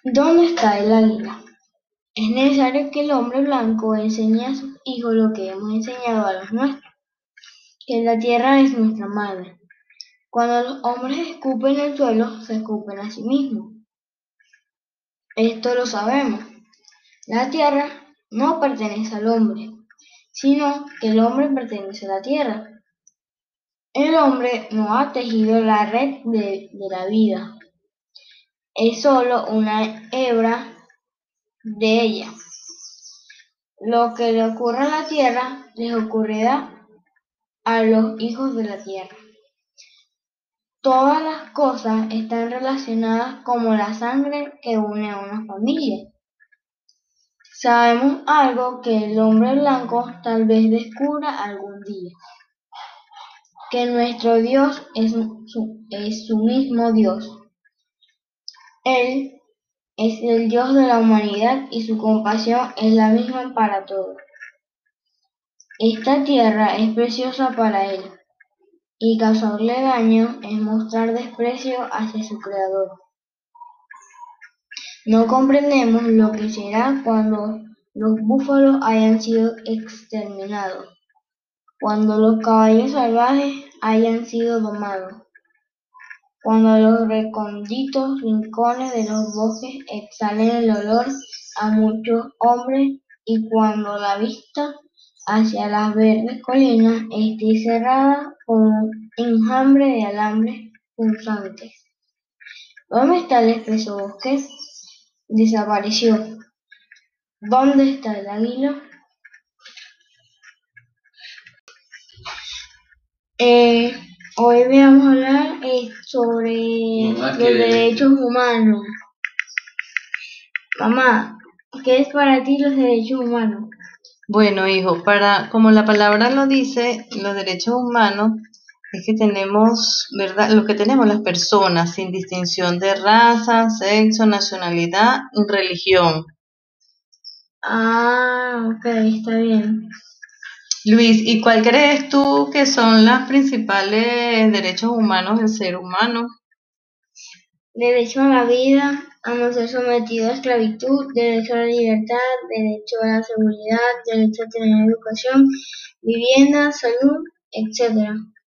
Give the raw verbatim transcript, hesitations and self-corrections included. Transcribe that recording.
¿Dónde está el águila? Es necesario que el hombre blanco enseñe a sus hijos lo que hemos enseñado a los nuestros, que la tierra es nuestra madre. Cuando los hombres escupen el suelo, se escupen a sí mismos. Esto lo sabemos. La tierra no pertenece al hombre, sino que el hombre pertenece a la tierra. El hombre no ha tejido la red de, de la vida, es solo una hebra de ella. Lo que le ocurre a la tierra les ocurrirá a los hijos de la tierra. Todas las cosas están relacionadas como la sangre que une a una familia. Sabemos algo que el hombre blanco tal vez descubra algún día, que nuestro Dios es su, es su mismo Dios. Él es el Dios de la humanidad y su compasión es la misma para todos. Esta tierra es preciosa para él, y causarle daño es mostrar desprecio hacia su Creador. No comprendemos lo que será cuando los búfalos hayan sido exterminados, cuando los caballos salvajes hayan sido domados, cuando los recónditos rincones de los bosques exhalen el olor a muchos hombres y cuando la vista hacia las verdes colinas esté cerrada por un enjambre de alambres punzantes. ¿Dónde está el espeso bosque? Desapareció. ¿Dónde está el águila? Eh, hoy vamos a hablar eh, sobre Mamá, los ¿qué? derechos humanos. Mamá, ¿qué es para ti los derechos humanos? Bueno, hijo, para, como la palabra lo dice, los derechos humanos es que tenemos, ¿verdad? Lo que tenemos las personas, sin distinción de raza, sexo, nacionalidad y religión. Ah, ok, está bien. Luis, ¿y cuál crees tú que son los principales derechos humanos del ser humano? Derecho a la vida, a no ser sometido a esclavitud, derecho a la libertad, derecho a la seguridad, derecho a tener educación, vivienda, salud, etcétera.